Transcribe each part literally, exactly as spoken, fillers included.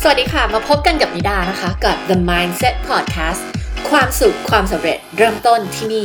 วัสดีค่ะมาพบกันกับนิดานะคะกับ The Mindset Podcast ความสุขความสำเร็จเริ่มต้นที่นี่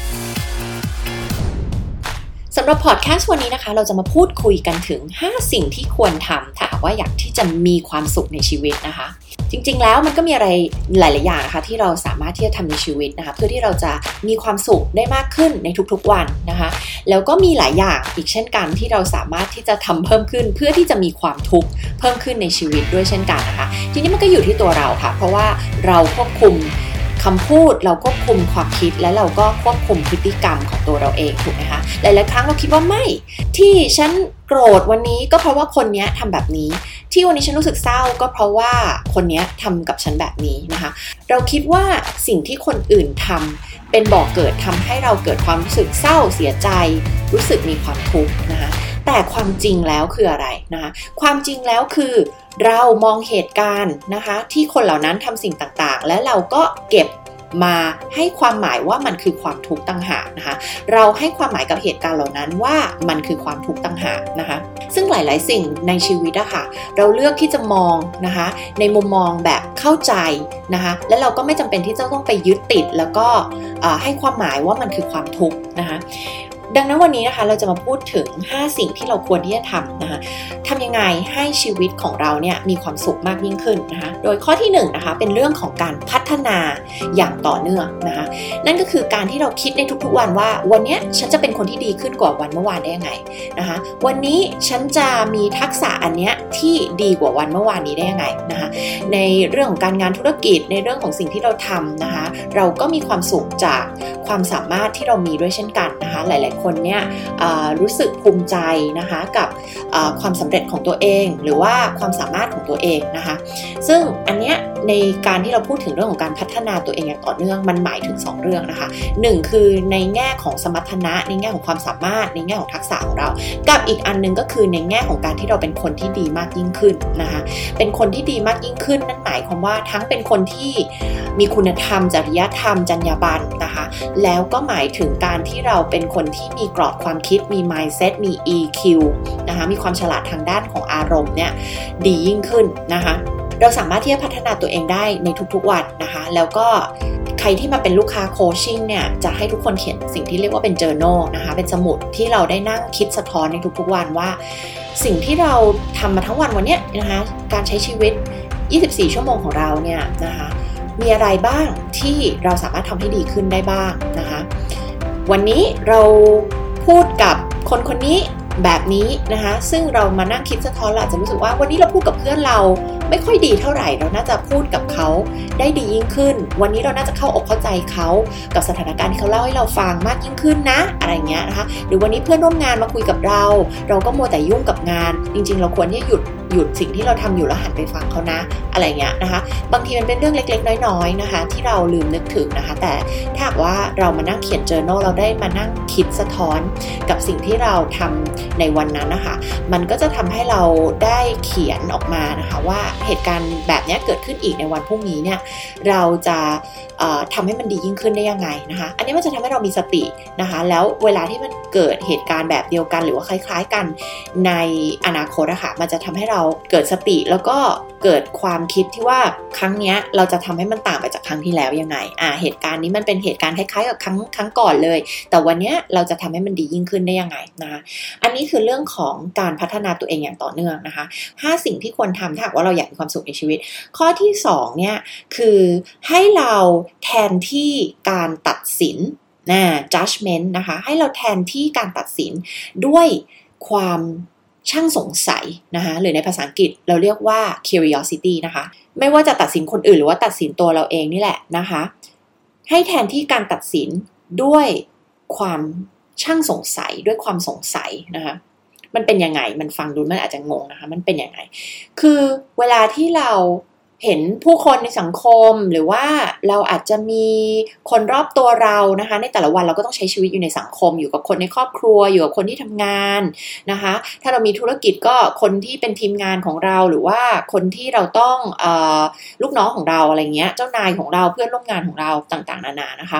สำหรับพอดแคสต์วันนี้นะคะเราจะมาพูดคุยกันถึงห้าสิ่งที่ควรทำถ้าหากว่าอยากที่จะมีความสุขในชีวิตนะคะจริงๆแล้วมันก็มีอะไรหลายๆอย่างนะคะที่เราสามารถที่จะทำในชีวิตนะคะเพื่อที่เราจะมีความสุขได้มากขึ้นในทุกๆวันนะคะแล้วก็มีหลายอย่างอีกเช่นกันที่เราสามารถที่จะทำเพิ่มขึ้นเพื่อที่จะมีความทุกข์เพิ่มขึ้นในชีวิตด้วยเช่นกันนะคะทีนี้มันก็อยู่ที่ตัวเราค่ะเพราะว่าเราควบคุมคำพูดเราควบคุมความคิดและเราก็ควบคุมพฤติกรรมของตัวเราเองถูกไหมคะหลายๆครั้งเราคิดว่าไม่ที่ฉันโกรธวันนี้ก็เพราะว่าคนนี้ทำแบบนี้ที่วันนี้ฉันรู้สึกเศร้าก็เพราะว่าคนนี้ทำกับฉันแบบนี้นะคะเราคิดว่าสิ่งที่คนอื่นทำเป็นบ่อกเกิดทำให้เราเกิดความรู้สึกเศร้าเสียใจรู้สึกมีความทุกข์นะคะแต่ความจริงแล้วคืออะไรนะคะความจริงแล้วคือเรามองเหตุการณ์นะคะที่คนเหล่านั้นทำสิ่งต่างๆและเราก็เก็บมาให้ความหมายว่ามันคือความทุกข์ต่างหากนะคะเราให้ความหมายกับเหตุการณ์เหล่านั้นว่ามันคือความทุกข์ต่างหากนะคะซึ่งหลายๆสิ่งในชีวิตอะค่ะเราเลือกที่จะมองนะคะในมุมมองแบบเข้าใจนะคะและเราก็ไม่จำเป็นที่จะต้องไปยึดติดแล้วก็ให้ความหมายว่ามันคือความทุกข์นะคะดังนั้นวันนี้นะคะเราจะมาพูดถึงห้าสิ่งที่เราควรที่จะทำนะคะทำยังไงให้ชีวิตของเราเนี่ยมีความสุขมากยิ่งขึ้นนะคะโดยข้อที่หนึ่งนะคะเป็นเรื่องของการพัฒนาอย่างต่อเนื่องนะคะนั่นก็คือการที่เราคิดในทุกๆวันว่าวันนี้ฉันจะเป็นคนที่ดีขึ้นกว่าวันเมื่อวานได้ยังไงนะคะวันนี้ฉันจะมีทักษะอันเนี้ยที่ดีกว่าวันเมื่อวานนี้ได้ยังไงนะคะในเรื่องของการงานธุรกิจในเรื่องของสิ่งที่เราทำนะคะเราก็มีความสุขจากความสามารถที่เรามีด้วยเช่นกันนะคะหลายๆคนเนี่ยรู้สึกภูมิใจนะคะกับความสำเร็จของตัวเองหรือว่าความสามารถของตัวเองนะคะซึ่งอันเนี้ยในการที่เราพูดถึงเรื่องของการพัฒนาตัวเองอย่างต่อเนื่องมันหมายถึงสองเรื่องนะคะหนึ่งคือในแง่ของสมรรถนะในแง่ของความสามารถในแง่ของทักษะของเรากับอีกอันนึงก็คือในแง่ของการที่เราเป็นคนที่ดีมากยิ่งขึ้นนะคะเป็นคนที่ดีมากยิ่งขึ้นนั่นหมายความว่าทั้งเป็นคนที่มีคุณธรรมจริยธรรมจรรยาบรรณนะคะแล้วก็หมายถึงการที่เราเป็นคนที่มีกรอบความคิดมี mindset มี อี คิว นะคะมีความฉลาดทางด้านของอารมณ์เนี่ยดียิ่งขึ้นนะคะเราสามารถที่จะพัฒนาตัวเองได้ในทุกๆวันนะคะแล้วก็ใครที่มาเป็นลูกค้าโคชชิ่งเนี่ยจะให้ทุกคนเขียนสิ่งที่เรียกว่าเป็น journal นะคะเป็นสมุดที่เราได้นั่งคิดสะท้อนในทุกๆวันว่าสิ่งที่เราทำมาทั้งวันวันนี้นะคะการใช้ชีวิตยี่สิบสี่ชั่วโมงของเราเนี่ยนะคะมีอะไรบ้างที่เราสามารถทำให้ดีขึ้นได้บ้างนะคะวันนี้เราพูดกับคนคนนี้แบบนี้นะคะซึ่งเรามานั่งคิดสะท้อนเราอาจจะรู้สึกว่าวันนี้เราพูดกับเพื่อนเราไม่ค่อยดีเท่าไหร่เราน่าจะพูดกับเขาได้ดียิ่งขึ้นวันนี้เราน่าจะเข้าอกเข้าใจเขากับสถานการณ์ที่เขาเล่าให้เราฟังมากยิ่งขึ้นนะอะไรเงี้ยนะคะหรือวันนี้เพื่อนร่วมงานมาคุยกับเราเราก็มัวแต่ยุ่งกับงานจริงๆเราควรที่จะหยุดหยุดสิ่งที่เราทำอยู่แล้วหันไปฟังเขานะอะไรเงี้ยนะคะบางทีมันเป็นเรื่องเล็กๆน้อยๆนะคะที่เราลืมนึกถึงนะคะแต่ถ้าหากว่าเรามานั่งเขียน journal เราได้มานั่งคิดสะท้อนกับสิ่งที่เราทำในวันนั้นนะคะมันก็จะทำให้เราได้เขียนออกมานะคะว่าเหตุการณ์แบบนี้เกิดขึ้นอีกในวันพรุ่งนี้เนี่ยเราจะทำให้มันดียิ่งขึ้นได้ยังไงนะคะอันนี้มันจะทำให้เรามีสตินะคะแล้วเวลาที่มันเกิดเหตุการณ์แบบเดียวกันหรือว่าคล้ายๆกันในอนาคตอะค่ะมันจะทำให้เราเกิดสติแล้วก็เกิดความคิดที่ว่าครั้งนี้เราจะทำให้มันต่างไปจากครั้งที่แล้วยังไงอ่าเหตุการณ์นี้มันเป็นเหตุการณ์คล้ายๆกับครั้งครั้งก่อนเลยแต่วันนี้เราจะทำให้มันดียิ่งขึ้นได้ยังไงนะคะอันนี้คือเรื่องของการพัฒนาตัวเองอย่างต่อเนื่องนะคะห้าสิ่งที่ควรทำถ้าหากว่าเราอยากมีความสุขในชีวิตข้อที่สองเนี่ยคือให้เราแทนที่การตัดสินนะ judgment นะคะให้เราแทนที่การตัดสินด้วยความช่างสงสัยนะคะหรือในภาษาอังกฤษเราเรียกว่า curiosity นะคะไม่ว่าจะตัดสินคนอื่นหรือว่าตัดสินตัวเราเองนี่แหละนะคะให้แทนที่การตัดสินด้วยความช่างสงสัยด้วยความสงสัยนะคะมันเป็นยังไงมันฟังดูมันอาจจะงงนะคะมันเป็นยังไงคือเวลาที่เราเห็นผู้คนในสังคมหรือว่าเราอาจจะมีคนรอบตัวเรานะคะในแต่ละวันเราก็ต้องใช้ชีวิตอยู่ในสังคมอยู่กับคนในครอบครัวอยู่กับคนที่ทำงานนะคะถ้าเรามีธุรกิจก็คนที่เป็นทีมงานของเราหรือว่าคนที่เราต้องเอ่อลูกน้องของเราอะไรเงี้ยเจ้านายของเราเพื่อนร่วมงานของเราต่างๆนานานะคะ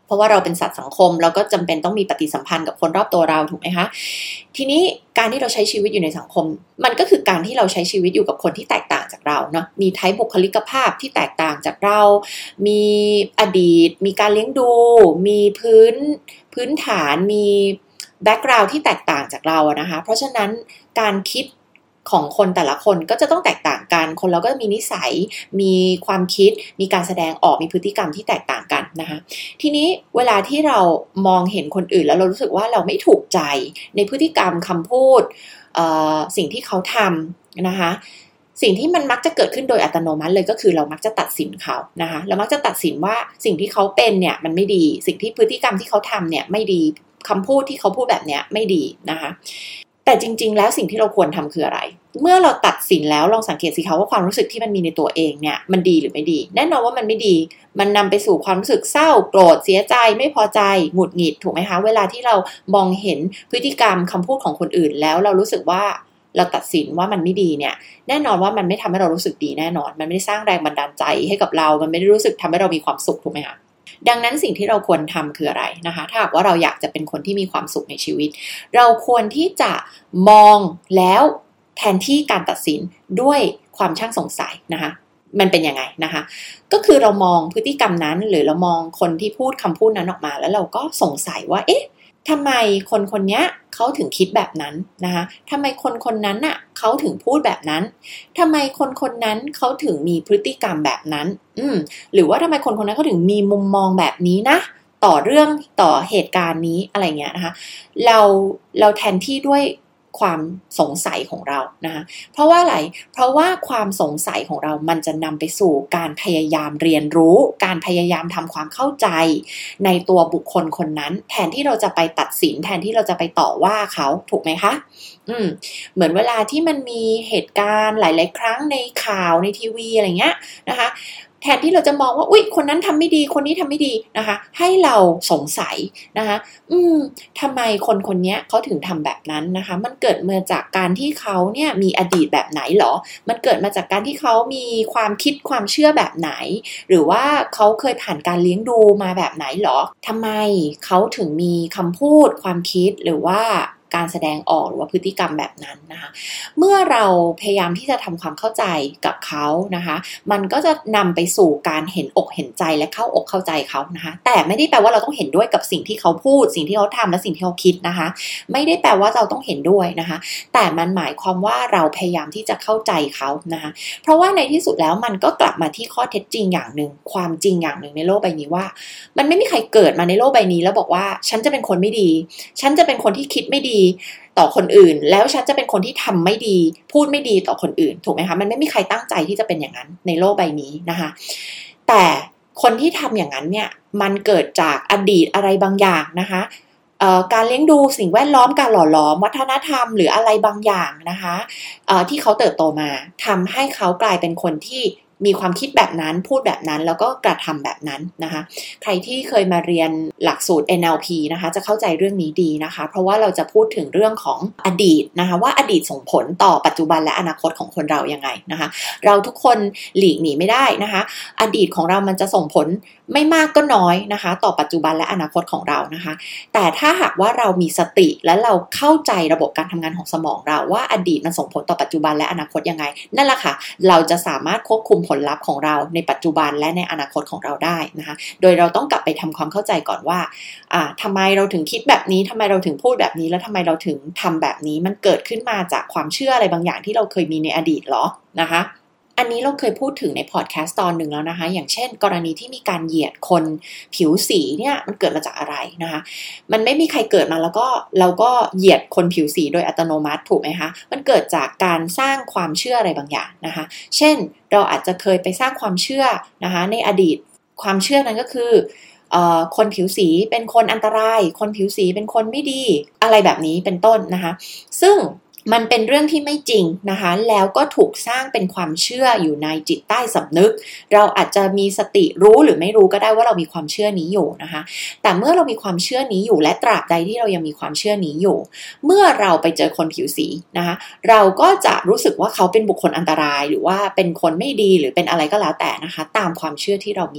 เพราะว่าเราเป็นสัตว์สังคมเราก็จำเป็นต้องมีปฏิสัมพันธ์กับคนรอบตัวเราถูกไหมคะทีนี้การที่เราใช้ชีวิตอยู่ในสังคมมันก็คือการที่เราใช้ชีวิตอยู่กับคนที่แตกต่างจากเราเนาะมีไทป์บุคลิกภาพที่แตกต่างจากเรามีอดีตมีการเลี้ยงดูมีพื้นพื้นฐานมีแบ็กกราวด์ที่แตกต่างจากเราอะนะคะเพราะฉะนั้นการคิดของคนแต่ละคนก็จะต้องแตกต่างกันคนเราก็มีนิสัยมีความคิดมีการแสดงออกมีพฤติกรรมที่แตกต่างกันนะคะทีนี้เวลาที่เรามองเห็นคนอื่นแล้วเรารู้สึกว่าเราไม่ถูกใจในพฤติกรรมคำพูดเอ่อสิ่งที่เขาทำนะคะสิ่งที่มันมักจะเกิดขึ้นโดยอัตโนมัติเลยก็คือเรามักจะตัดสินเขานะคะเรามักจะตัดสินว่าสิ่งที่เขาเป็นเนี่ยมันไม่ดีสิ่งที่พฤติกรรมที่เขาทำเนี่ยไม่ดีคำพูดที่เขาพูดแบบเนี้ยไม่ดีนะคะแต่จริงๆแล้วสิ่งที่เราควรทำคืออะไรเมื่อเราตัดสินแล้วลองสังเกตสิคะว่าความรู้สึกที่มันมีในตัวเองเนี่ยมันดีหรือไม่ดีแน่นอนว่ามันไม่ดีมันนำไปสู่ความรู้สึกเศร้าโกรธเสียใจไม่พอใจหงุดหงิดถูกไหมคะเวลาที่เรามองเห็นพฤติกรรมคำพูดของคนอื่นแล้วเรารู้สึกว่าเราตัดสินว่ามันไม่ดีเนี่ยแน่นอนว่ามันไม่ทำให้เรารู้สึกดีแน่นอนมันไม่ได้สร้างแรงบันดาลใจให้กับเรามันไม่ได้รู้สึกทำให้เรามีความสุขถูกไหมคะดังนั้นสิ่งที่เราควรทำคืออะไรนะคะถ้าหากว่าเราอยากจะเป็นคนที่มีความสุขในชีวิตเราควรที่จะมองแล้วแทนที่การตัดสินด้วยความช่างสงสัยนะคะมันเป็นยังไงนะคะก็คือเรามองพฤติกรรมนั้นหรือเรามองคนที่พูดคำพูดนั้นออกมาแล้วเราก็สงสัยว่าเอ๊ะทำไมคนคนนี้เขาถึงคิดแบบนั้นนะคะทำไมคนคนนั้นน่ะเขาถึงพูดแบบนั้นทำไมคนคนนั้นเขาถึงมีพฤติกรรมแบบนั้นอืมหรือว่าทำไมคนคนนั้นเขาถึงมีมุมมองแบบนี้นะต่อเรื่องต่อเหตุการณ์นี้อะไรเงี้ยนะคะเราเราแทนที่ด้วยความสงสัยของเรานะคะเพราะว่าอะไรเพราะว่าความสงสัยของเรามันจะนำไปสู่การพยายามเรียนรู้การพยายามทำความเข้าใจในตัวบุคคลคนนั้นแทนที่เราจะไปตัดสินแทนที่เราจะไปต่อว่าเขาถูกไหมคะอืมเหมือนเวลาที่มันมีเหตุการณ์หลายๆครั้งในข่าวในทีวีอะไรเงี้ยนะคะแทนที่เราจะมองว่าอุ๊ยคนนั้นทำไม่ดีคนนี้ทำไม่ดีนะคะให้เราสงสัยนะคะอืมทำไมคนคนนี้เขาถึงทำแบบนั้นนะคะมันเกิดมาจากการที่เขาเนี่ยมีอดีตแบบไหนหรอมันเกิดมาจากการที่เขามีความคิดความเชื่อแบบไหนหรือว่าเขาเคยผ่านการเลี้ยงดูมาแบบไหนหรอทำไมเขาถึงมีคำพูดความคิดหรือว่าการแสดงออกหรือว่าพฤติกรรมแบบนั้นนะคะเมื่อเราพยายามที่จะทำความเข้าใจกับเขานะคะมันก็จะนำไปสู่การเห็นอกเห็นใจและเข้าอกเข้าใจเขานะคะแต่ไม่ได้แปลว่าเราต้องเห็นด้วยกับสิ่งที่เขาพูดสิ่งที่เขาทำและสิ่งที่เขาคิดนะคะไม่ได้แปลว่าเราต้องเห็นด้วยนะคะแต่มันหมายความว่าเราพยายามที่จะเข้าใจเขานะคะเพราะว่าในที่สุดแล้วมันก็กลับมาที่ข้อเท็จจริงอย่างหนึ่งความจริงอย่างหนึ่งในโลกใบนี้ว่ามันไม่มีใครเกิดมาในโลกใบนี้แล้วบอกว่าฉันจะเป็นคนไม่ดีฉันจะเป็นคนที่คิดไม่ดีต่อคนอื่นแล้วฉันจะเป็นคนที่ทำไม่ดีพูดไม่ดีต่อคนอื่นถูกไหมคะมันไม่มีใครตั้งใจที่จะเป็นอย่างนั้นในโลกใบนี้นะคะแต่คนที่ทำอย่างนั้นเนี่ยมันเกิดจากอดีตอะไรบางอย่างนะคะเอ่อการเลี้ยงดูสิ่งแวดล้อมการหล่อหลอมวัฒนธรรมหรืออะไรบางอย่างนะคะเอ่อที่เขาเติบโตมาทำให้เขากลายเป็นคนที่มีความคิดแบบนั้นพูดแบบนั้นแล้วก็กระทำแบบนั้นนะคะใครที่เคยมาเรียนหลักสูตร เอ็น แอล พี นะคะจะเข้าใจเรื่องนี้ดีนะคะเพราะว่าเราจะพูดถึงเรื่องของอดีตนะคะว่าอดีตส่งผลต่อปัจจุบันและอนาคตของคนเรายังไงนะคะเราทุกคนหลีกหนีไม่ได้นะคะอดีตของเรามันจะส่งผลไม่มากก็น้อยนะคะต่อปัจจุบันและอนาคตของเรานะคะแต่ถ้าหากว่าเรามีสติและเราเข้าใจระบบการทำงานของสมองเราว่าอดีตมันส่งผลต่อปัจจุบันและอนาคตยังไงนั่นแหละค่ะเราจะสามารถควบคุมผลลัพธ์ของเราในปัจจุบันและในอนาคตของเราได้นะคะโดยเราต้องกลับไปทำความเข้าใจก่อนว่าอ่าทำไมเราถึงคิดแบบนี้ทำไมเราถึงพูดแบบนี้แล้วทำไมเราถึงทำแบบนี้มันเกิดขึ้นมาจากความเชื่ออะไรบางอย่างที่เราเคยมีในอดีตหรอนะคะอันนี้เราเคยพูดถึงในพอดแคสต์ตอนหนึ่งแล้วนะคะอย่างเช่นกรณีที่มีการเหยียดคนผิวสีเนี่ยมันเกิดมาจากอะไรนะคะมันไม่มีใครเกิดมาแล้วก็เราก็เหยียดคนผิวสีโดยอัตโนมัติถูกไหมคะมันเกิดจากการสร้างความเชื่ออะไรบางอย่างนะคะเช่นเราอาจจะเคยไปสร้างความเชื่อนะคะในอดีตความเชื่อนั้นก็คือเอ่อคนผิวสีเป็นคนอันตรายคนผิวสีเป็นคนไม่ดีอะไรแบบนี้เป็นต้นนะคะซึ่งมันเป็นเรื่องที่ไม่จริงนะคะแล้วก็ถูกสร้างเป็นความเชื่ออยู่ในจิตใต้สำนึกเราอาจจะมีสติรู้หรือไม่รู้ก็ได้ว่าเรามีความเชื่อนี้อยู่นะคะแต่เมื่อเรามีความเชื่อนี้อยู่และตราบใดที่เรายังมีความเชื่อนี้อยู่เมื่อเราไปเจอคนผิวสีนะคะเราก็จะรู้สึกว่าเขาเป็นบุคคลอันตรายหรือว่าเป็นคนไม่ดีหรือเป็นอะไรก็แล้วแต่นะคะตามความเชื่อที่เรามีอยู่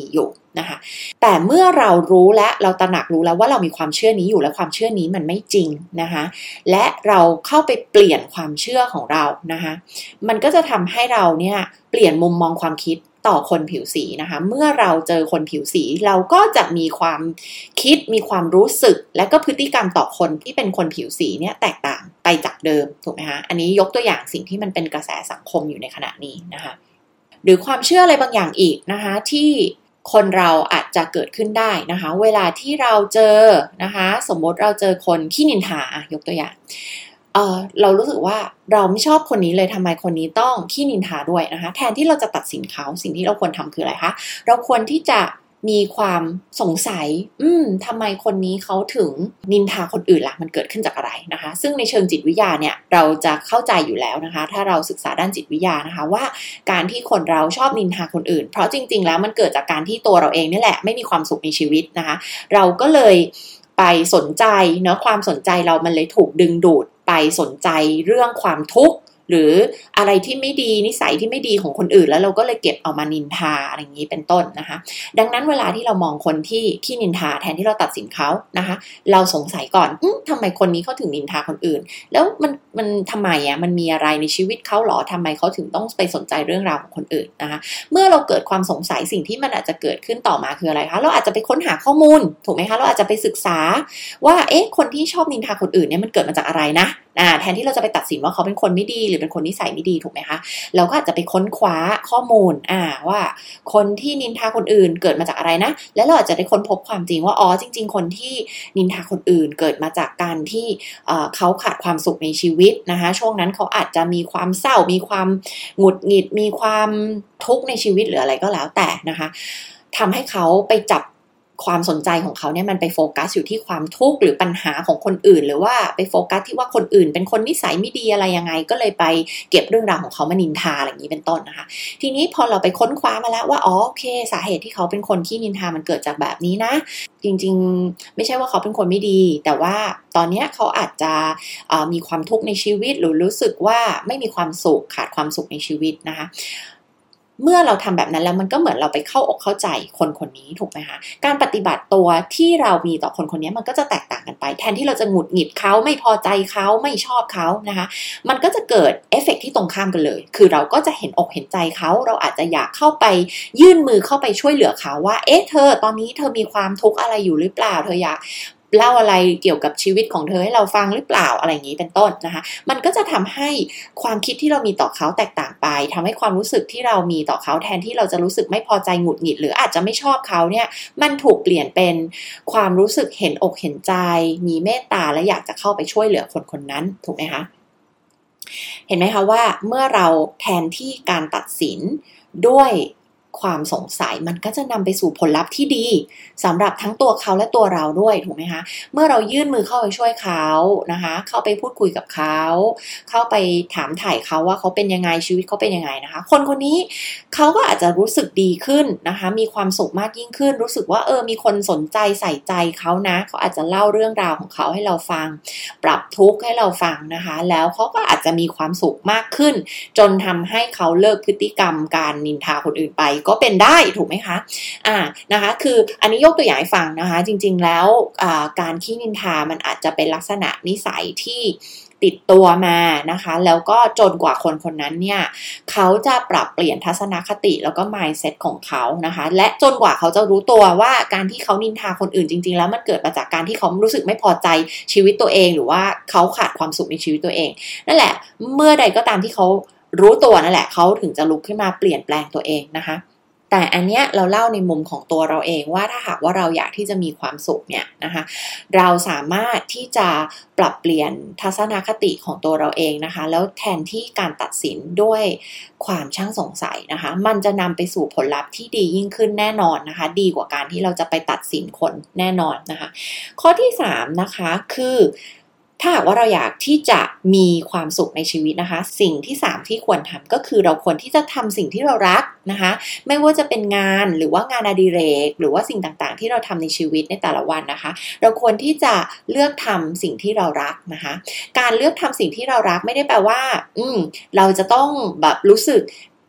นะคะแต่เมื่อเรารู้และเราตระหนักรู้แล้วว่าเรามีความเชื่อนี้อยู่และความเชื่อนี้มันไม่จริงนะคะและเราเข้าไปเปลี่ยนความเชื่อของเรานะคะมันก็จะทำให้เราเนี่ยเปลี่ยนมุมมองความคิดต่อคนผิวสีนะคะเมื่อเราเจอคนผิวสีเราก็จะมีความคิดมีความรู้สึกและก็พฤติกรรมต่อคนที่เป็นคนผิวสีเนี่ยแตกต่างไปจากเดิมถูกไหมคะอันนี้ยกตัวอย่างสิ่งที่มันเป็นกระแสสังคมอยู่ในขณะนี้นะคะหรือความเชื่ออะไรบางอย่างอีกนะคะที่คนเราอาจจะเกิดขึ้นได้นะคะเวลาที่เราเจอนะคะสมมติเราเจอคนขี้นินทายกตัวอย่างเอ่อเรารู้สึกว่าเราไม่ชอบคนนี้เลยทำไมคนนี้ต้องขี้นินทาด้วยนะคะแทนที่เราจะตัดสินเขาสิ่งที่เราควรทำคืออะไรคะเราควรที่จะมีความสงสัยอืมทำไมคนนี้เขาถึงนินทาคนอื่นล่ะมันเกิดขึ้นจากอะไรนะคะซึ่งในเชิงจิตวิทยาเนี่ยเราจะเข้าใจอยู่แล้วนะคะถ้าเราศึกษาด้านจิตวิทยานะคะว่าการที่คนเราชอบนินทาคนอื่นเพราะจริงๆแล้วมันเกิดจากการที่ตัวเราเองนี่แหละไม่มีความสุขในชีวิตนะคะเราก็เลยไปสนใจเนาะความสนใจเรามันเลยถูกดึงดูดไปสนใจเรื่องความทุกข์หรืออะไรที่ไม่ดีนิสัยที่ไม่ดีของคนอื่นแล้วเราก็เลยเก็บเอามานินทาอะไรอย่างนี้เป็นต้นนะคะดังนั้นเวลาที่เรามองคนที่ที่นินทาแทนที่เราตัดสินเขานะคะเราสงสัยก่อนอืมทำไมคนนี้เขาถึงนินทาคนอื่นแล้วมันมันทำไมอ่ะมันมีอะไรในชีวิตเขาหรอทำไมเขาถึงต้องไปสนใจเรื่องราวของคนอื่นนะคะเมื่อเราเกิดความสงสัยสิ่งที่มันอาจจะเกิดขึ้นต่อมาคืออะไรคะเราอาจจะไปค้นหาข้อมูลถูกไหมคะเราอาจจะไปศึกษาว่าเอ๊ะคนที่ชอบนินทาคนอื่นเนี่ยมันเกิดมาจากอะไรนะอ่าแทนที่เราจะไปตัดสินว่าเขาเป็นคนไม่ดีหรือเป็นคนนิสัยไม่ดีถูกไหมคะเราก็อาจจะไปค้นคว้าข้อมูลอ่าว่าคนที่นินทาคนอื่นเกิดมาจากอะไรนะแล้วเราอาจจะได้ค้นพบความจริงว่าอ๋อจริงๆคนที่นินทาคนอื่นเกิดมาจากการที่เอ่อเขาขาดความสุขในชีวิตนะคะช่วงนั้นเขาอาจจะมีความเศร้ามีความหงุดหงิดมีความทุกข์ในชีวิตหรืออะไรก็แล้วแต่นะคะทำให้เขาไปจับความสนใจของเขาเนี่ยมันไปโฟกัสอยู่ที่ความทุกข์หรือปัญหาของคนอื่นหรือว่าไปโฟกัสที่ว่าคนอื่นเป็นคนนิสัยไม่ดีอะไรยังไงก็เลยไปเก็บเรื่องราวของเขามานินทาอะไรอย่างนี้เป็นต้นนะคะทีนี้พอเราไปค้นคว้ามาแล้วว่าอ๋อโอเคสาเหตุที่เขาเป็นคนขี้นินทามันเกิดจากแบบนี้นะจริงๆไม่ใช่ว่าเขาเป็นคนไม่ดีแต่ว่าตอนนี้เขาอาจจะมีความทุกข์ในชีวิตหรือรู้สึกว่าไม่มีความสุขขาดความสุขในชีวิตนะคะเมื่อเราทำแบบนั้นแล้วมันก็เหมือนเราไปเข้าอกเข้าใจคนคนนี้ถูกไหมคะการปฏิบัติตัวที่เรามีต่อคนคนนี้มันก็จะแตกต่างกันไปแทนที่เราจะหงุดหงิดเขาไม่พอใจเขาไม่ชอบเขานะคะมันก็จะเกิดเอฟเฟกต์ที่ตรงข้ามกันเลยคือเราก็จะเห็นอกเห็นใจเขาเราอาจจะอยากเข้าไปยื่นมือเข้าไปช่วยเหลือเขาว่าเอ๊ะเธอตอนนี้เธอมีความทุกข์อะไรอยู่หรือเปล่าเธออยากเล่าอะไรเกี่ยวกับชีวิตของเธอให้เราฟังหรือเปล่าอะไรอย่างนี้เป็นต้นนะคะมันก็จะทำให้ความคิดที่เรามีต่อเขาแตกต่างไปทำให้ความรู้สึกที่เรามีต่อเขาแทนที่เราจะรู้สึกไม่พอใจหงุดหงิดหรืออาจจะไม่ชอบเขาเนี่ยมันถูกเปลี่ยนเป็นความรู้สึกเห็นอกเห็นใจมีเมตตาและอยากจะเข้าไปช่วยเหลือคนคนนั้นถูกไหมคะเห็นไหมคะว่าเมื่อเราแทนที่การตัดสินด้วยความสงสัยมันก็จะนำไปสู่ผลลัพธ์ที่ดีสำหรับทั้งตัวเขาและตัวเราด้วยถูกไหมคะเมื่อเรายื่นมือเข้าไปช่วยเขานะคะเข้าไปพูดคุยกับเขาเข้าไปถามถ่ายเขาว่าเขาเป็นยังไงชีวิตเขาเป็นยังไงนะคะคนคนนี้เขาก็อาจจะรู้สึกดีขึ้นนะคะมีความสุขมากยิ่งขึ้นรู้สึกว่าเออมีคนสนใจใส่ใจเขานะเขาอาจจะเล่าเรื่องราวของเขาให้เราฟังปรับทุกข์ให้เราฟังนะคะแล้วเขาก็อาจจะมีความสุขมากขึ้นจนทำให้เขาเลิกพฤติกรรมการนินทาคนอื่นไปก็เป็นได้ถูกไหมคะอ่านะคะคืออันนี้ยกตัวอย่างให้ฟังนะคะจริงๆแล้วการขี้นินทามันอาจจะเป็นลักษณะนิสัยที่ติดตัวมานะคะแล้วก็จนกว่าคนคนนั้นเนี่ยเขาจะปรับเปลี่ยนทัศนคติแล้วก็ mindset ของเขานะคะและจนกว่าเขาจะรู้ตัวว่าการที่เขานินทาคนอื่นจริงๆแล้วมันเกิดมาจากการที่เขารู้สึกไม่พอใจชีวิตตัวเองหรือว่าเขาขาดความสุขในชีวิตตัวเองนั่นแหละเมื่อใดก็ตามที่เขารู้ตัวนั่นแหละเขาถึงจะลุกขึ้นมาเปลี่ยนแปลงตัวเองนะคะแต่อันเนี้ยเราเล่าในมุมของตัวเราเองว่าถ้าหากว่าเราอยากที่จะมีความสุขเนี่ยนะคะเราสามารถที่จะปรับเปลี่ยนทัศนคติของตัวเราเองนะคะแล้วแทนที่การตัดสินด้วยความช่างสงสัยนะคะมันจะนำไปสู่ผลลัพธ์ที่ดียิ่งขึ้นแน่นอนนะคะดีกว่าการที่เราจะไปตัดสินคนแน่นอนนะคะข้อที่สามนะคะคือถ้าหากว่าเราอยากที่จะมีความสุขในชีวิตนะคะสิ่งที่สามที่ควรทำก็คือเราควรที่จะทำสิ่งที่เรารักนะคะไม่ว่าจะเป็นงานหรือว่างานอดิเรกหรือว่าสิ่งต่างๆที่เราทำในชีวิตในแต่ละวันนะคะเราควรที่จะเลือกทำสิ่งที่เรารักนะคะการเลือกทำสิ่งที่เรารักไม่ได้แปลว่าอืมเราจะต้องแบบรู้สึก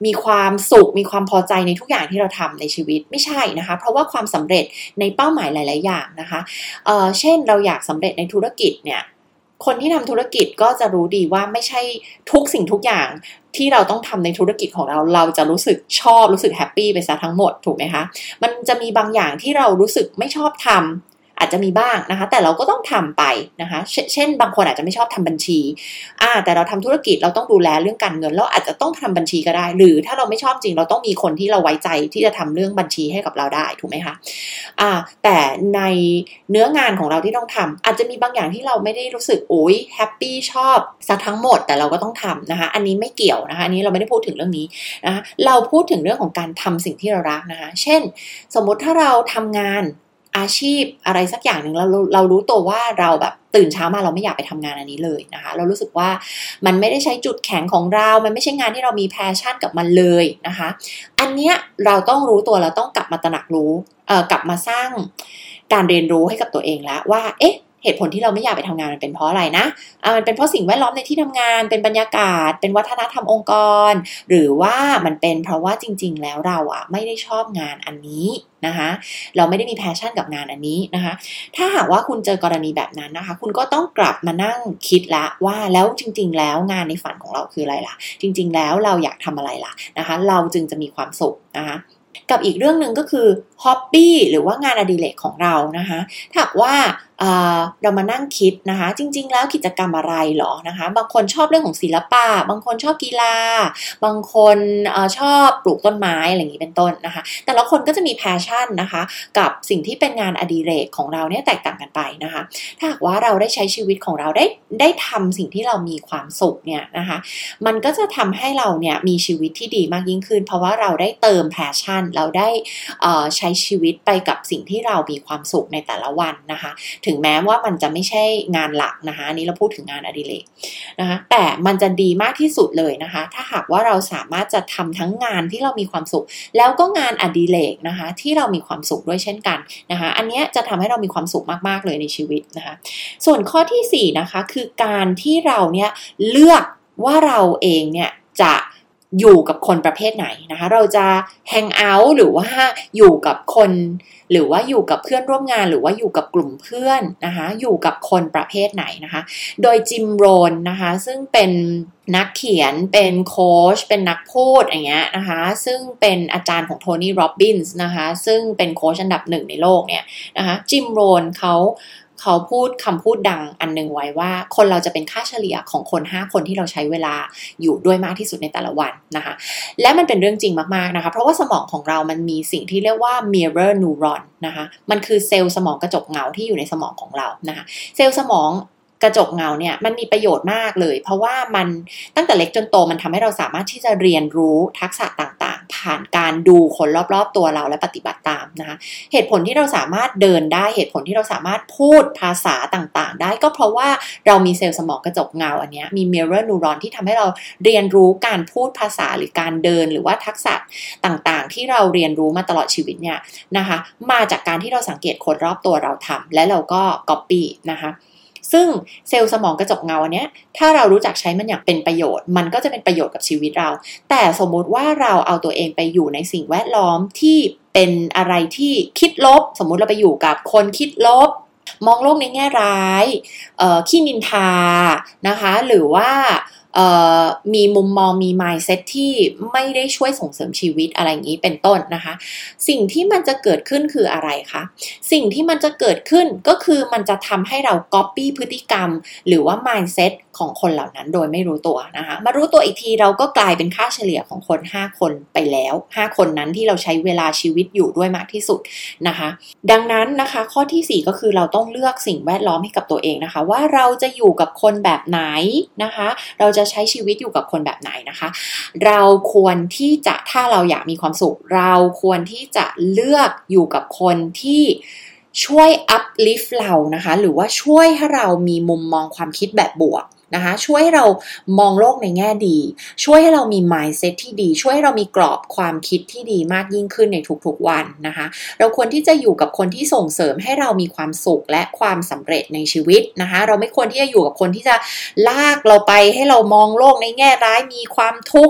มีความสุขมีความพอใจในทุกอย่างที่เราทำในชีวิตไม่ใช่นะคะเพราะว่าความสำเร็จในเป้าหมายหลายๆอย่างนะคะเอ่อเช่นเราอยากสำเร็จในธุรกิจเนี่ยคนที่ทำธุรกิจก็จะรู้ดีว่าไม่ใช่ทุกสิ่งทุกอย่างที่เราต้องทำในธุรกิจของเราเราจะรู้สึกชอบรู้สึกแฮปปี้ไปซะทั้งหมดถูกไหมคะมันจะมีบางอย่างที่เรารู้สึกไม่ชอบทำอาจจะมีบ้างนะคะแต่เราก็ต้องทำไปนะคะเช, เช่นบางคนอาจจะไม่ชอบทำบัญชีอ่าแต่เราทำธุรกิจเราต้องดูแลเรื่องการเงินเราอาจจะต้องทำบัญชีก็ได้หรือถ้าเราไม่ชอบจริงเราต้องมีคนที่เราไว้ใจที่จะทำเรื่องบัญชีให้กับเราได้ถูกไหมคะอ่าแต่ในเนื้องานของเราที่ต้องทำอาจจะมีบางอย่างที่เราไม่ได้รู้สึกโอ๊ยแฮปปี้ชอบสักทั้งหมดแต่เราก็ต้องทำนะคะอันนี้ไม่เกี่ยวนะคะอันนี้เราไม่ได้พูดถึงเรื่องนี้นะคะเราพูดถึงเรื่องของการทำสิ่งที่เรารักนะคะเช่นสมมติถ้าเราทำงานอาชีพอะไรสักอย่างหนึ่งเราเรารู้ตัวว่าเราแบบตื่นเช้ามาเราไม่อยากไปทำงานอันนี้เลยนะคะเรารู้สึกว่ามันไม่ได้ใช้จุดแข็งของเรามันไม่ใช่งานที่เรามีแพชชั่นกับมันเลยนะคะอันเนี้ยเราต้องรู้ตัวเราต้องกลับมาตระหนักรู้เอ่อกลับมาสร้างการเรียนรู้ให้กับตัวเองแล้วว่าเอ๊ะเหตุผลที่เราไม่อยากไปทำงานมันเป็นเพราะอะไรนะอ่ามันเป็นเพราะสิ่งแวดล้อมในที่ทำงานเป็นบรรยากาศเป็นวัฒนธรรมองค์กรหรือว่ามันเป็นเพราะว่าจริงๆแล้วเราอ่ะไม่ได้ชอบงานอันนี้นะคะเราไม่ได้มีแพชชั่นกับงานอันนี้นะคะถ้าหากว่าคุณเจอกรณีแบบนั้นนะคะคุณก็ต้องกลับมานั่งคิดละว่าแล้วจริงๆแล้วงานในฝันของเราคืออะไรล่ะจริงๆแล้วเราอยากทำอะไรล่ะนะคะเราจึงจะมีความสุขนะคะกับอีกเรื่องนึงก็คือฮ็อบบี้หรือว่างานอดิเรกของเรานะคะถ้าหากว่าเรามานั่งคิดนะคะจริงๆแล้วกิจกรรมอะไรหรอนะคะบางคนชอบเรื่องของศิลปะบางคนชอบกีฬาบางคนเอ่อชอบปลูกต้นไม้อะไรอย่างนี้เป็นต้นนะคะแต่ละคนก็จะมีแพชชั่นนะคะกับสิ่งที่เป็นงานอดิเรกของเราเนี่ยแตกต่างกันไปนะคะถ้าหากว่าเราได้ใช้ชีวิตของเราได้ได้ทำสิ่งที่เรามีความสุขเนี่ยนะคะมันก็จะทำให้เราเนี่ยมีชีวิตที่ดีมากยิ่งขึ้นเพราะว่าเราได้เติมแพชชั่นเราได้เอ่อใช้ชีวิตไปกับสิ่งที่เรามีความสุขในแต่ละวันนะคะถึงแม้ว่ามันจะไม่ใช่งานหลักนะคะอันนี้เราพูดถึงงานอดิเรกนะคะแต่มันจะดีมากที่สุดเลยนะคะถ้าหากว่าเราสามารถจะทำทั้งงานที่เรามีความสุขแล้วก็งานอดิเรกนะคะที่เรามีความสุขด้วยเช่นกันนะคะอันนี้จะทำให้เรามีความสุขมากๆเลยในชีวิตนะคะส่วนข้อที่สี่นะคะคือการที่เราเนี่ยเลือกว่าเราเองเนี่ยจะอยู่กับคนประเภทไหนนะคะเราจะแฮงเอาท์หรือว่าอยู่กับคนหรือว่าอยู่กับเพื่อนร่วมงานหรือว่าอยู่กับกลุ่มเพื่อนนะคะอยู่กับคนประเภทไหนนะคะโดยจิมโรนนะคะซึ่งเป็นนักเขียนเป็นโค้ชเป็นนักพูดอย่างเงี้ยนะคะซึ่งเป็นอาจารย์ของโทนี่โรบบินส์นะคะซึ่งเป็นโค้ชอันดับหนึ่งในโลกเนี่ยนะคะจิมโรนเขาเขาพูดคำพูดดังอันนึงไว้ว่าคนเราจะเป็นค่าเฉลี่ยของคนห้าคนที่เราใช้เวลาอยู่ด้วยมากที่สุดในแต่ละวันนะคะและมันเป็นเรื่องจริงมากๆนะคะเพราะว่าสมองของเรามันมีสิ่งที่เรียกว่า mirror neuron นะคะมันคือเซลล์สมองกระจกเงาที่อยู่ในสมองของเรานะคะเซลล์สมองกระจกเงาเนี่ยมันมีประโยชน์มากเลยเพราะว่ามันตั้งแต่เล็กจนโตมันทำให้เราสามารถที่จะเรียนรู้ทักษะต่างๆผ่านการดูคนรอบๆตัวเราและปฏิบัติตามนะคะเหตุผลที่เราสามารถเดินได้เหตุผลที่เราสามารถพูดภาษาต่างๆได้ก็เพราะว่าเรามีเซลล์สมองกระจกเงาอันนี้มี mirror neuron ที่ทำให้เราเรียนรู้การพูดภาษาหรือการเดินหรือว่าทักษะต่างๆที่เราเรียนรู้มาตลอดชีวิตเนี่ยนะคะมาจากการที่เราสังเกตคนรอบตัวเราทำและเราก็ copy นะคะซึ่งเซลล์สมองกระจกเงาอันเนี้ยถ้าเรารู้จักใช้มันอย่างเป็นประโยชน์มันก็จะเป็นประโยชน์กับชีวิตเราแต่สมมุติว่าเราเอาตัวเองไปอยู่ในสิ่งแวดล้อมที่เป็นอะไรที่คิดลบสมมุติเราไปอยู่กับคนคิดลบมองโลกในแง่ร้ายเอ่อขี้นินทานะคะหรือว่ามีมุมมองมี mindset ที่ไม่ได้ช่วยส่งเสริมชีวิตอะไรอย่างนี้เป็นต้นนะคะสิ่งที่มันจะเกิดขึ้นคืออะไรคะสิ่งที่มันจะเกิดขึ้นก็คือมันจะทำให้เรา copy พฤติกรรมหรือว่า mindset ของคนเหล่านั้นโดยไม่รู้ตัวนะคะมารู้ตัวอีกทีเราก็กลายเป็นค่าเฉลี่ยของคนห้าคนไปแล้วห้าคนนั้นที่เราใช้เวลาชีวิตอยู่ด้วยมากที่สุดนะคะดังนั้นนะคะข้อที่สี่ก็คือเราต้องเลือกสิ่งแวดล้อมให้กับตัวเองนะคะว่าเราจะอยู่กับคนแบบไหนนะคะเราจะใช้ชีวิตอยู่กับคนแบบไหนนะคะเราควรที่จะถ้าเราอยากมีความสุขเราควรที่จะเลือกอยู่กับคนที่ช่วย uplift เรานะคะหรือว่าช่วยให้เรามีมุมมองความคิดแบบบวกนะคะช่วยให้เรามองโลกในแง่ดีช่วยให้เรามี mindset ที่ดีช่วยให้เรามีกรอบความคิดที่ดีมากยิ่งขึ้นในทุกๆวันนะคะเราควรที่จะอยู่กับคนที่ส่งเสริมให้เรามีความสุขและความสำเร็จในชีวิตนะคะเราไม่ควรที่จะอยู่กับคนที่จะลากเราไปให้เรามองโลกในแง่ร้ายมีความทุกข์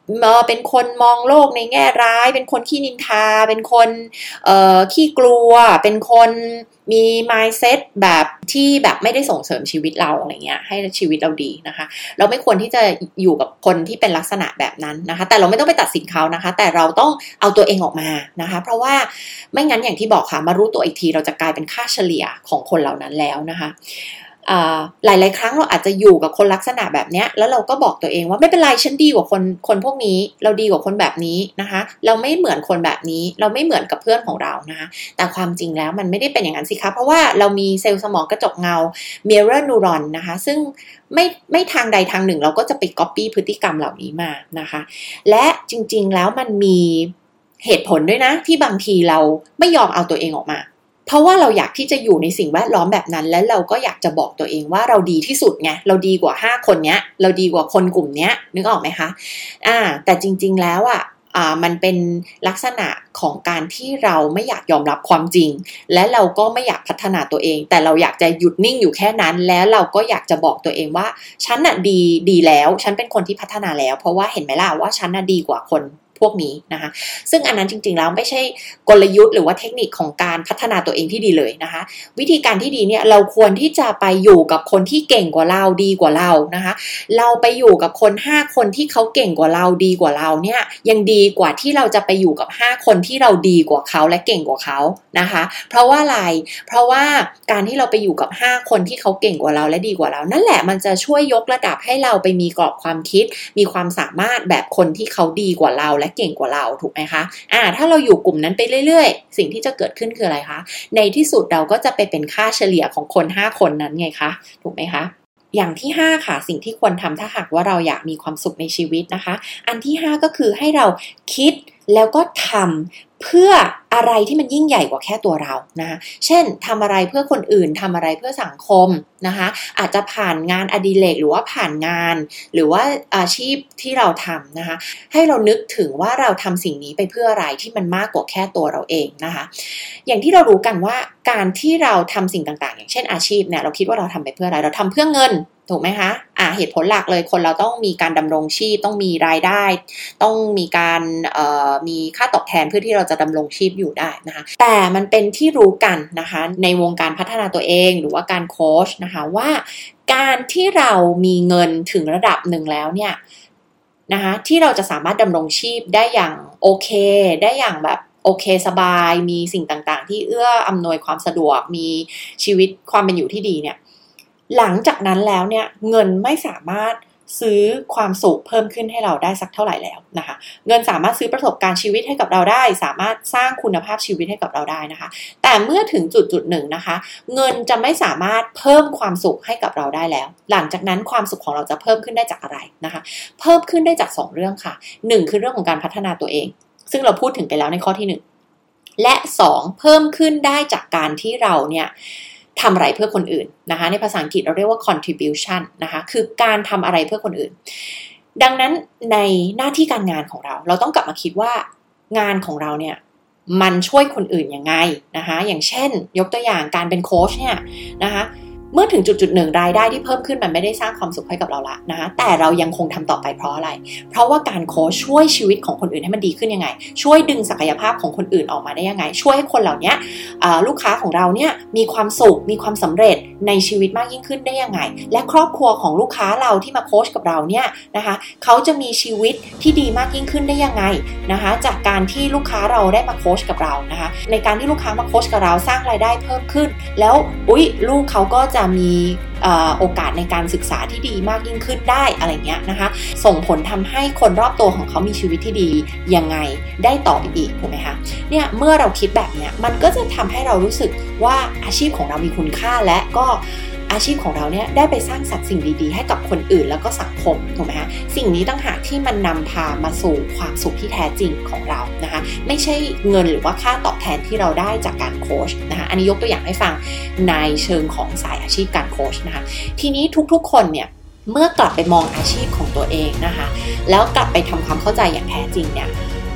เป็นคนมองโลกในแง่ร้ายเป็นคนขี้นินทาเป็นคนเอ่อขี้กลัวเป็นคนมี mindset แบบที่แบบไม่ได้ส่งเสริมชีวิตเราอะไรเงี้ยให้ชีวิตเราดีนะคะเราไม่ควรที่จะอยู่กับคนที่เป็นลักษณะแบบนั้นนะคะแต่เราไม่ต้องไปตัดสินเขานะคะแต่เราต้องเอาตัวเองออกมานะคะเพราะว่าไม่งั้นอย่างที่บอกค่ะมารู้ตัวอีกทีเราจะกลายเป็นค่าเฉลี่ยของคนเหล่านั้นแล้วนะคะหลายๆครั้งเราอาจจะอยู่กับคนลักษณะแบบนี้แล้วเราก็บอกตัวเองว่าไม่เป็นไรฉันดีกว่าคนคนพวกนี้เราดีกว่าคนแบบนี้นะคะเราไม่เหมือนคนแบบนี้เราไม่เหมือนกับเพื่อนของเรานะคะแต่ความจริงแล้วมันไม่ได้เป็นอย่างนั้นสิคะเพราะว่าเรามีเซลล์สมองกระจกเงา mirror neuron นะคะซึ่งไม่ไม่ทางใดทางหนึ่งเราก็จะไป copy พฤติกรรมเหล่านี้มานะคะและจริงๆแล้วมันมีเหตุผลด้วยนะที่บางทีเราไม่ยอมเอาตัวเองออกมาเพราะว่าเราอยากที่จะอยู่ในสิ่งแวดล้อมแบบนั้นและเราก็อยากจะบอกตัวเองว่าเราดีที่สุดไงเราดีกว่าห้าคนเนี้ยเราดีกว่าคนกลุ่มเนี้ยนึกออกไหมคะอ่าแต่จริงๆแล้วอ่ะอ่ามันเป็นลักษณะของการที่เราไม่อยากยอมรับความจริงและเราก็ไม่อยากพัฒนาตัวเองแต่เราอยากจะหยุดนิ่งอยู่แค่นั้นแล้วเราก็อยากจะบอกตัวเองว่าฉันน่ะดีดีแล้วฉันเป็นคนที่พัฒนาแล้วเพราะว่าเห็นไหมล่ะว่าฉันน่ะดีกว่าคนพวกนี้นะคะซึ่งอันนั้นจริงๆแล้วไม่ใช่กลยุทธ์หรือว่าเทคนิคของการพัฒนาตัวเองที่ดีเลยนะคะวิธีการที่ดีเนี่ยเราควรที่จะไปอยู่กับคนที่เก่งกว่าเราดีกว่าเรานะคะเราไปอยู่กับคนห้าคนที่เขาเก่งกว่าเราดีกว่าเราเนี่ยยังดีกว่าที่เราจะไปอยู่กับห้าคนที่เราดีกว่าเขาและเก่งกว่าเขานะคะเพราะว่าอะไรเพราะว่าการที่เราไปอยู่กับห้าคนที่เขาเก่งกว่าเราและดีกว่าเรานั่นแหละมันจะช่วยยกระดับให้เราไปมีกรอบความคิดมีความสามารถแบบคนที่เขาดีกว่าเราและเก่งกว่าเราถูกไหมคะอ่าถ้าเราอยู่กลุ่มนั้นไปเรื่อยๆสิ่งที่จะเกิดขึ้นคืออะไรคะในที่สุดเราก็จะไปเป็นค่าเฉลี่ยของคนห้าคนนั้นไงคะถูกไหมคะอย่างที่ห้าค่ะสิ่งที่ควรทำถ้าหากว่าเราอยากมีความสุขในชีวิตนะคะอันที่ห้าก็คือให้เราคิดแล้วก็ทำเพื่ออะไรที่มันยิ่งใหญ่กว่าแค่ตัวเรานะคะเช่นทำอะไรเพื่อคนอื่นทำอะไรเพื่อสังคมนะคะอาจจะผ่านงานอดิเรกหรือว่าผ่านงานหรือว่าอาชีพที่เราทำนะคะให้เรานึกถึงว่าเราทำสิ่งนี้ไปเพื่ออะไรที่มันมากกว่าแค่ตัวเราเองนะคะอย่างที่เรารู้กันว่าการที่เราทำสิ่งต่างๆอย่างเช่นอาชีพเนี่ยเราคิดว่าเราทำไปเพื่ออะไรเราทำเพื่อเงินถูกไหมคะอ่าเหตุผลหลักเลยคนเราต้องมีการดำรงชีพต้องมีรายได้ต้องมีการเอ่อมีค่าตอบแทนเพื่อที่เราจะดำรงชีพอยู่ได้นะคะแต่มันเป็นที่รู้กันนะคะในวงการพัฒนาตัวเองหรือว่าการโค้ชนะคะว่าการที่เรามีเงินถึงระดับหนึ่งแล้วเนี่ยนะคะที่เราจะสามารถดำรงชีพได้อย่างโอเคได้อย่างแบบโอเคสบายมีสิ่งต่างๆที่เอื้ออำนวยความสะดวกมีชีวิตความเป็นอยู่ที่ดีเนี่ยหลังจากนั้นแล้วเนี่ยเงินไม่สามารถซื้อความสุขเพิ่มขึ้นให้เราได้สักเท่าไหร่แล้วนะคะเงินสามารถซื้อประสบการณ์ชีวิตให้กับเราได้สามารถสร้างคุณภาพชีวิตให้กับเราได้นะคะแต่เมื่อถึงจุดจุดหนึ่งนะคะเงินจะไม่สามารถเพิ่มความสุขให้กับเราได้แล้วหลังจากนั้นความสุขของเราจะเพิ่มขึ้นได้จากอะไรนะคะเพิ่มขึ้นได้จากสองเรื่องค่ะหนึ่งคือเรื่องของการพัฒนาตัวเองซึ่งเราพูดถึงไปแล้วในข้อที่หนึ่งและสองเพิ่มขึ้นได้จากการที่เราเนี่ยทำอะไรเพื่อคนอื่นนะคะในภาษาอังกฤษเราเรียกว่า contribution นะคะคือการทำอะไรเพื่อคนอื่นดังนั้นในหน้าที่การงานของเราเราต้องกลับมาคิดว่างานของเราเนี่ยมันช่วยคนอื่นยังไงนะคะอย่างเช่นยกตัวอย่างการเป็นโค้ชเนี่ยนะคะเมื่อถึงจุดจุดหนึ่งรายได้ที่เพิ่มขึ้นมันไม่ได้สร้างความสุขให้กับเราละนะคะแต่เรายังคงทำต่อไปเพราะอะไรเพราะว่าการโค้ชช่วยชีวิตของคนอื่นให้มันดีขึ้นยังไงช่วยดึงศักยภาพของคนอื่นออกมาได้ยังไงช่วยให้คนเหล่านี้ลูกค้าของเราเนี่ยมีความสุขมีความสำเร็จในชีวิตมากยิ่งขึ้นได้ยังไงและครอบครัวของลูกค้าเราที่มาโค้ชกับเราเนี่ยนะคะเขาจะมีชีวิตที่ดีมากยิ่งขึ้นได้ยังไงนะคะจากการที่ลูกค้าเราได้มาโค้ชกับเรานะคะในการที่ลูกค้ามาโค้ชกับเราสร้างรายได้เพิ่มขึ้นแล้วอุ๊ยลูกเขาก็จะมีโอกาสในการศึกษาที่ดีมากยิ่งขึ้นได้อะไรเงี้ยนะคะส่งผลทำให้คนรอบตัวของเขามีชีวิตที่ดียังไงได้ต่อไปอีกถูกไหมคะเนี่ยเมื่อเราคิดแบบเนี้ยมันก็จะทำให้เรารู้สึกว่าอาชีพของเรามีคุณค่าและก็อาชีพของเราเนี่ยได้ไปสร้างสรรค์สิ่งดีๆให้กับคนอื่นแล้วก็สังคมถูกไหมคะสิ่งนี้ต่างหากที่มันนำพามาสู่ความสุขที่แท้จริงของเรานะคะไม่ใช่เงินหรือว่าค่าตอบแทนที่เราได้จากการโค้ชนะคะอันนี้ยกตัวอย่างให้ฟังในเชิงของสายอาชีพการโค้ชนะคะทีนี้ทุกๆคนเนี่ยเมื่อกลับไปมองอาชีพของตัวเองนะคะแล้วกลับไปทำความเข้าใจอย่างแท้จริงเนี่ย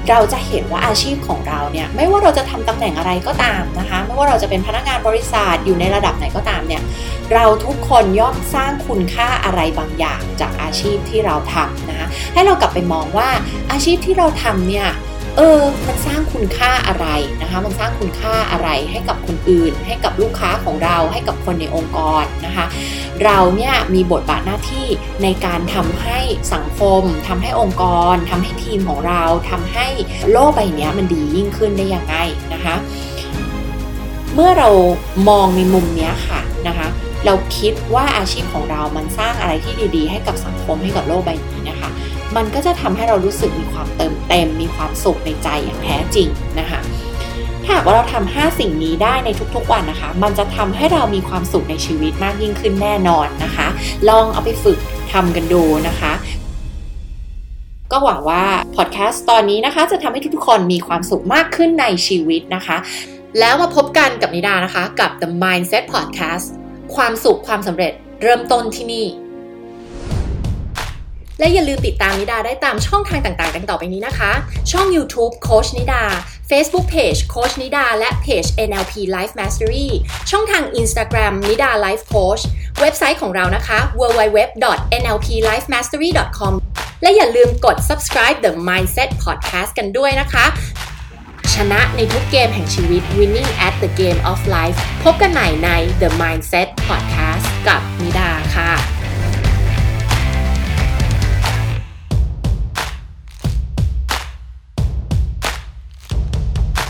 เราจะเห็นว่าอาชีพของเราเนี่ยไม่ว่าเราจะทำตำแหน่งอะไรก็ตามนะคะไม่ว่าเราจะเป็นพนักงานบริษัทอยู่ในระดับไหนก็ตามเนี่ยเราทุกคนย่อมสร้างคุณค่าอะไรบางอย่างจากอาชีพที่เราทำนะคะให้เรากลับไปมองว่าอาชีพที่เราทำเนี่ยเออมันสร้างคุณค่าอะไรนะคะมันสร้างคุณค่าอะไรให้กับคนอื่นให้กับลูกค้าของเราให้กับคนในองค์กรนะคะเราเนี่ยมีบทบาทหน้าที่ในการทำให้สังคมทำให้องค์กรทำให้ทีมของเราทำให้โลกใบนี้มันดียิ่งขึ้นได้ยังไงนะคะเมื่อเรามองในมุมนี้ค่ะนะคะเราคิดว่าอาชีพของเรามันสร้างอะไรที่ดีๆให้กับสังคมให้กับโลกใบนี้นะคะมันก็จะทำให้เรารู้สึกมีความเติมเต็มมีความสุขในใจอย่างแท้จริงนะคะถ้าหากว่าเราทำห้าสิ่งนี้ได้ในทุกๆวันนะคะมันจะทำให้เรามีความสุขในชีวิตมากยิ่งขึ้นแน่นอนนะคะลองเอาไปฝึกทำกันดูนะคะก็หวังว่าพอดแคสต์ตอนนี้นะคะจะทำให้ทุกๆคนมีความสุขมากขึ้นในชีวิตนะคะแล้วมาพบกันกับนิดานะคะกับ The Mindset Podcast ความสุขความสำเร็จเริ่มต้นที่นี่และอย่าลืมติดตามนิดาได้ตามช่องทางต่างๆดังต่อไปนี้นะคะช่อง YouTube โค้ชนิดา Facebook Page โค้ชนิดาและเพจ เอ็น แอล พี Life Mastery ช่องทาง Instagram นิดา Life Coach เว็บไซต์ของเรานะคะ ดับเบิลยู ดับเบิลยู ดับเบิลยู ดอท เอ็น แอล พี ไลฟ์ มาสเตอรี่ ดอท คอม และอย่าลืมกด subscribe The Mindset Podcast กันด้วยนะคะชนะในทุกเกมแห่งชีวิต Winning at the Game of Life พบกันใหม่ใน The Mindset Podcast กับนิดาค่ะ